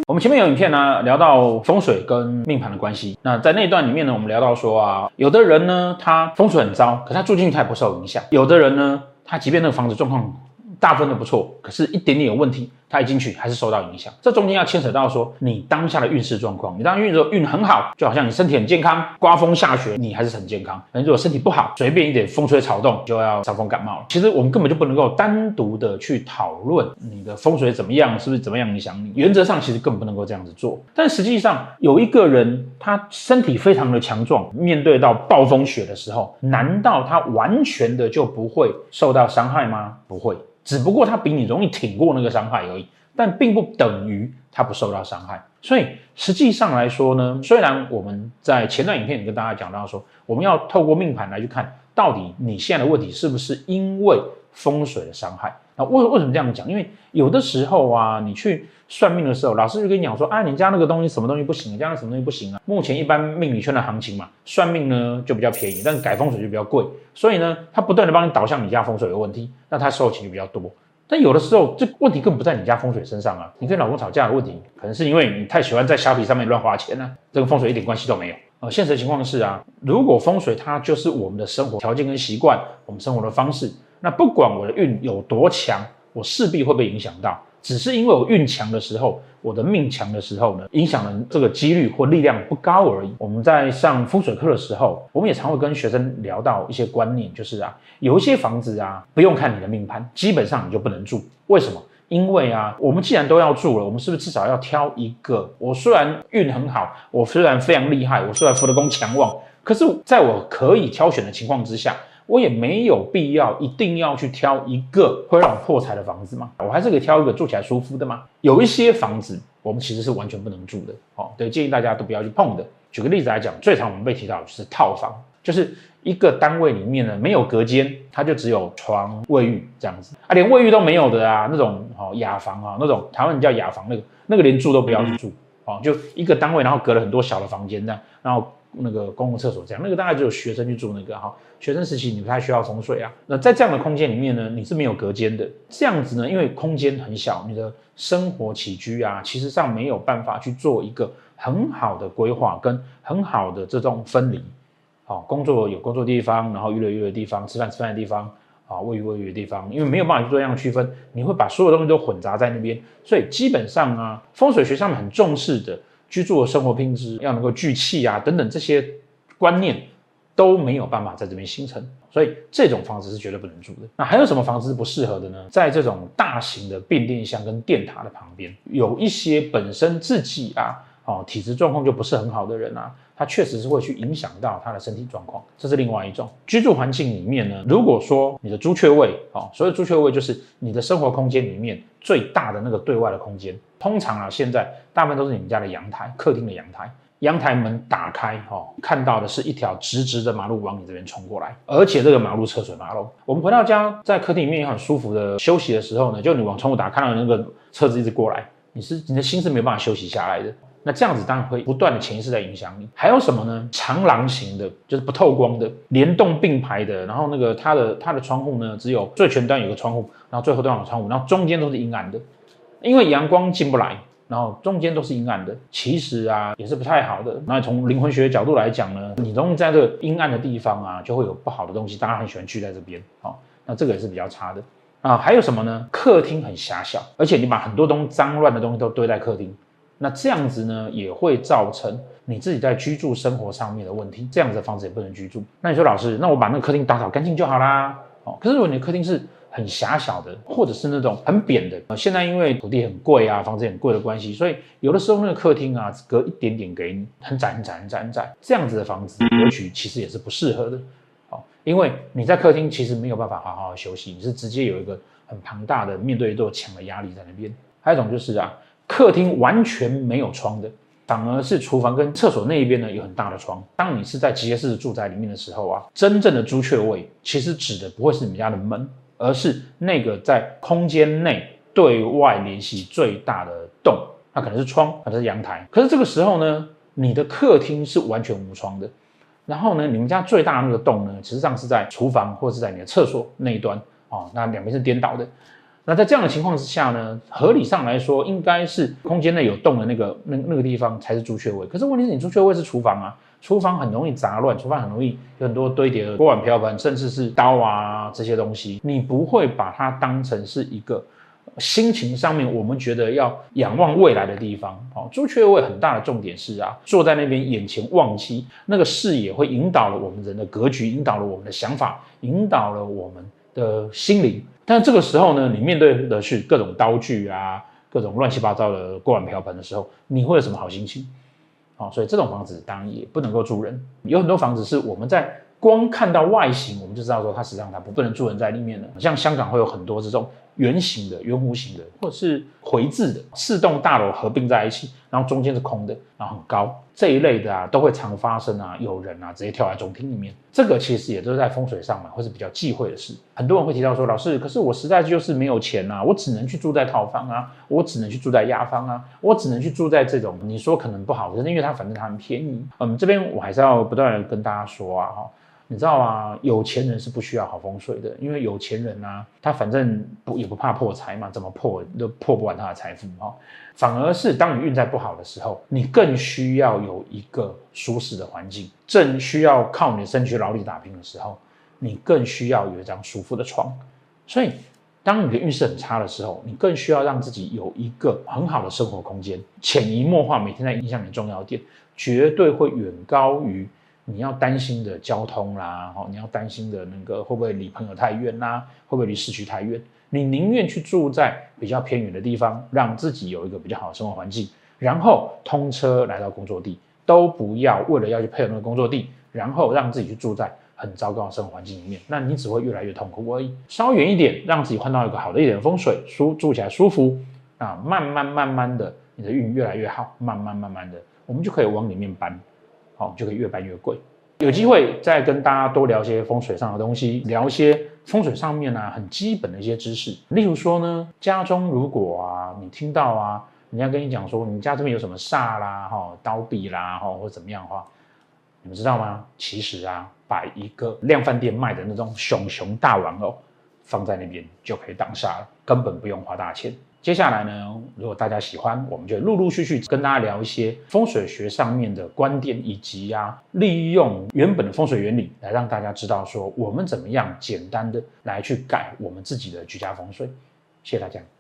我们前面有影片呢，聊到风水跟命盘的关系。那在那一段里面呢，我们聊到说啊，有的人呢，他风水很糟，可他住进去他也不受影响；有的人呢，他即便那个房子状况大部分都不错，可是一点点有问题，他一进去还是受到影响。这中间要牵扯到说你当下的运势状况。你当运很好，就好像你身体很健康，刮风下雪你还是很健康。你如果身体不好，随便一点风吹草动就要伤风感冒了。其实我们根本就不能够单独的去讨论你的风水怎么样，是不是怎么样影响你。原则上其实根本不能够这样子做。但实际上有一个人他身体非常的强壮，面对到暴风雪的时候，难道他完全的就不会受到伤害吗？不会。只不过他比你容易挺过那个伤害而已，但并不等于他不受到伤害。所以实际上来说呢，虽然我们在前段影片跟大家讲到说，我们要透过命盘来去看，到底你现在的问题是不是因为风水的伤害。那为什么这样讲？因为有的时候啊，你去算命的时候，老师就跟你讲说，啊，你家那个东西什么东西不行，你家那什么东西不行啊。目前一般命理圈的行情嘛，算命呢就比较便宜，但是改风水就比较贵，所以呢，他不断的帮你导向你家风水有问题，那他收钱就比较多。但有的时候，这问题根本不在你家风水身上啊。你跟老公吵架的问题，可能是因为你太喜欢在虾皮上面乱花钱啊，这跟风水一点关系都没有。现实的情况是啊，如果风水它就是我们的生活条件跟习惯，我们生活的方式，那不管我的运有多强，我势必会被影响到。只是因为我运强的时候，我的命强的时候呢，影响的这个几率或力量不高而已。我们在上风水课的时候，我们也常会跟学生聊到一些观念，就是啊，有一些房子啊，不用看你的命盘，基本上你就不能住。为什么？因为啊，我们既然都要住了，我们是不是至少要挑一个？我虽然运很好，我虽然非常厉害，我虽然福德宫强旺，可是在我可以挑选的情况之下，我也没有必要一定要去挑一个会让我破财的房子嘛，我还是可以挑一个住起来舒服的嘛。有一些房子我们其实是完全不能住的，对，建议大家都不要去碰的。举个例子来讲，最常我们被提到的就是套房，就是一个单位里面呢没有隔间，它就只有床、卫浴这样子啊，连卫浴都没有的啊，那种雅房啊，那种台湾人叫雅房，那个连住都不要去住，就一个单位，然后隔了很多小的房间这样，然后那个公共厕所这样，那个大概只有学生去住那个哈。学生时期你不太需要风水啊。那在这样的空间里面呢，你是没有隔间的。这样子呢，因为空间很小，你的生活起居啊，其实上没有办法去做一个很好的规划跟很好的这种分离。工作有工作地方，然后娱乐娱乐的地方，吃饭吃饭的地方。卫浴卫浴的地方，因为没有办法去做这样的区分，你会把所有东西都混杂在那边，所以基本上啊，风水学上面很重视的居住的生活品质，要能够聚气啊等等这些观念都没有办法在这边形成，所以这种房子是绝对不能住的。那还有什么房子是不适合的呢？在这种大型的变电箱跟电塔的旁边，有一些本身自己体质状况就不是很好的人啊，他确实是会去影响到他的身体状况，这是另外一种。居住环境里面呢，如果说你的朱雀位，所谓朱雀位就是你的生活空间里面最大的那个对外的空间，通常啊，现在大部分都是你们家的阳台，客厅的阳台。阳台门打开，看到的是一条直直的马路往你这边冲过来，而且这个马路车水马龙。我们回到家，在客厅里面也很舒服的休息的时候呢，就你往窗户打，看到那个车子一直过来，你的心是没有办法休息下来的。那这样子当然会不断的潜意识在影响你。还有什么呢？长廊型的，就是不透光的，联动并排的，然后那个它的窗户呢，只有最前端有个窗户，然后最后端有窗户，然后中间都是阴暗的，因为阳光进不来。然后中间都是阴暗的，其实啊也是不太好的。那从灵魂学的角度来讲呢，你容易在这个阴暗的地方啊，就会有不好的东西，大家很喜欢聚在这边，那这个也是比较差的啊。还有什么呢？客厅很狭小，而且你把很多脏乱的东西都堆在客厅，那这样子呢也会造成你自己在居住生活上面的问题，这样子的房子也不能居住。那你说老师，那我把那个客厅打扫干净就好啦。可是如果你的客厅是很狭小的，或者是那种很扁的，现在因为土地很贵啊，房子很贵的关系，所以有的时候那个客厅啊，隔一点点给你，很窄很窄很窄很窄，这样子的房子格局其实也是不适合的。因为你在客厅其实没有办法好好休息，你是直接有一个很庞大的面对一座墙的压力在那边。还有一种就是啊，客厅完全没有窗的，反而是厨房跟厕所那一边呢有很大的窗。当你是在集结式的住宅里面的时候啊，真正的朱雀位其实指的不会是你们家的门，而是那个在空间内对外联系最大的洞，那可能是窗，可能是阳台。可是这个时候呢，你的客厅是完全无窗的，然后呢，你们家最大的那个洞呢，实际上是在厨房或是在你的厕所那一端，那两边是颠倒的。 那在这样的情况之下呢，合理上来说，应该是空间内有洞的那个地方才是朱雀位。可是问题是你朱雀位是厨房啊，厨房很容易杂乱，厨房很容易有很多堆叠的锅碗瓢盆，甚至是刀啊这些东西，你不会把它当成是一个心情上面我们觉得要仰望未来的地方。朱雀位很大的重点是坐在那边眼前望妻，那个视野会引导了我们人的格局，引导了我们的想法，引导了我们的心灵。但这个时候呢，你面对的是各种刀具啊，各种乱七八糟的锅碗瓢盆的时候，你会有什么好心情？所以这种房子当然也不能够住人。有很多房子是我们在光看到外形，我们就知道说它实际上它不能住人在里面的。像香港会有很多这种圆形的、圆弧形的，或者是回字的4栋大楼合并在一起，然后中间是空的，然后很高，这一类的都会常发生有人直接跳在中庭里面。这个其实也都是在风水上会是比较忌讳的事。很多人会提到说，老师，可是我实在就是没有钱我只能去住在套房我只能去住在雅房我只能去住在这种你说可能不好，可是因为反正它很便宜。这边我还是要不断的跟大家说你知道有钱人是不需要好风水的，因为有钱人他反正也不怕破财嘛，怎么破都破不完他的财富反而是当你运在不好的时候，你更需要有一个舒适的环境，正需要靠你的身躯劳力打拼的时候，你更需要有一张舒服的床。所以当你的运势很差的时候，你更需要让自己有一个很好的生活空间，潜移默化每天在影响你的重要点，绝对会远高于你要担心的交通啦，你要担心的那个会不会离朋友太远啦，会不会离市区太远。你宁愿去住在比较偏远的地方，让自己有一个比较好的生活环境，然后通车来到工作地，都不要为了要去配合那个工作地，然后让自己去住在很糟糕的生活环境里面，那你只会越来越痛苦而已。稍远一点，让自己换到一个好的一点的风水，住起来舒服慢慢的你的运越来越好，慢慢的我们就可以往里面搬，就可以越搬越贵。有机会再跟大家多聊一些风水上的东西，聊一些风水上面很基本的一些知识。例如说呢，家中如果你听到人家跟你讲说你家这边有什么煞啦刀壁啦或者怎么样的话，你们知道吗？其实把一个量贩店卖的那种熊大玩偶放在那边就可以挡煞了，根本不用花大钱。接下来呢，如果大家喜欢，我们就陆陆续续跟大家聊一些风水学上面的观点，以及利用原本的风水原理来让大家知道说我们怎么样简单的来去改我们自己的居家风水。谢谢大家。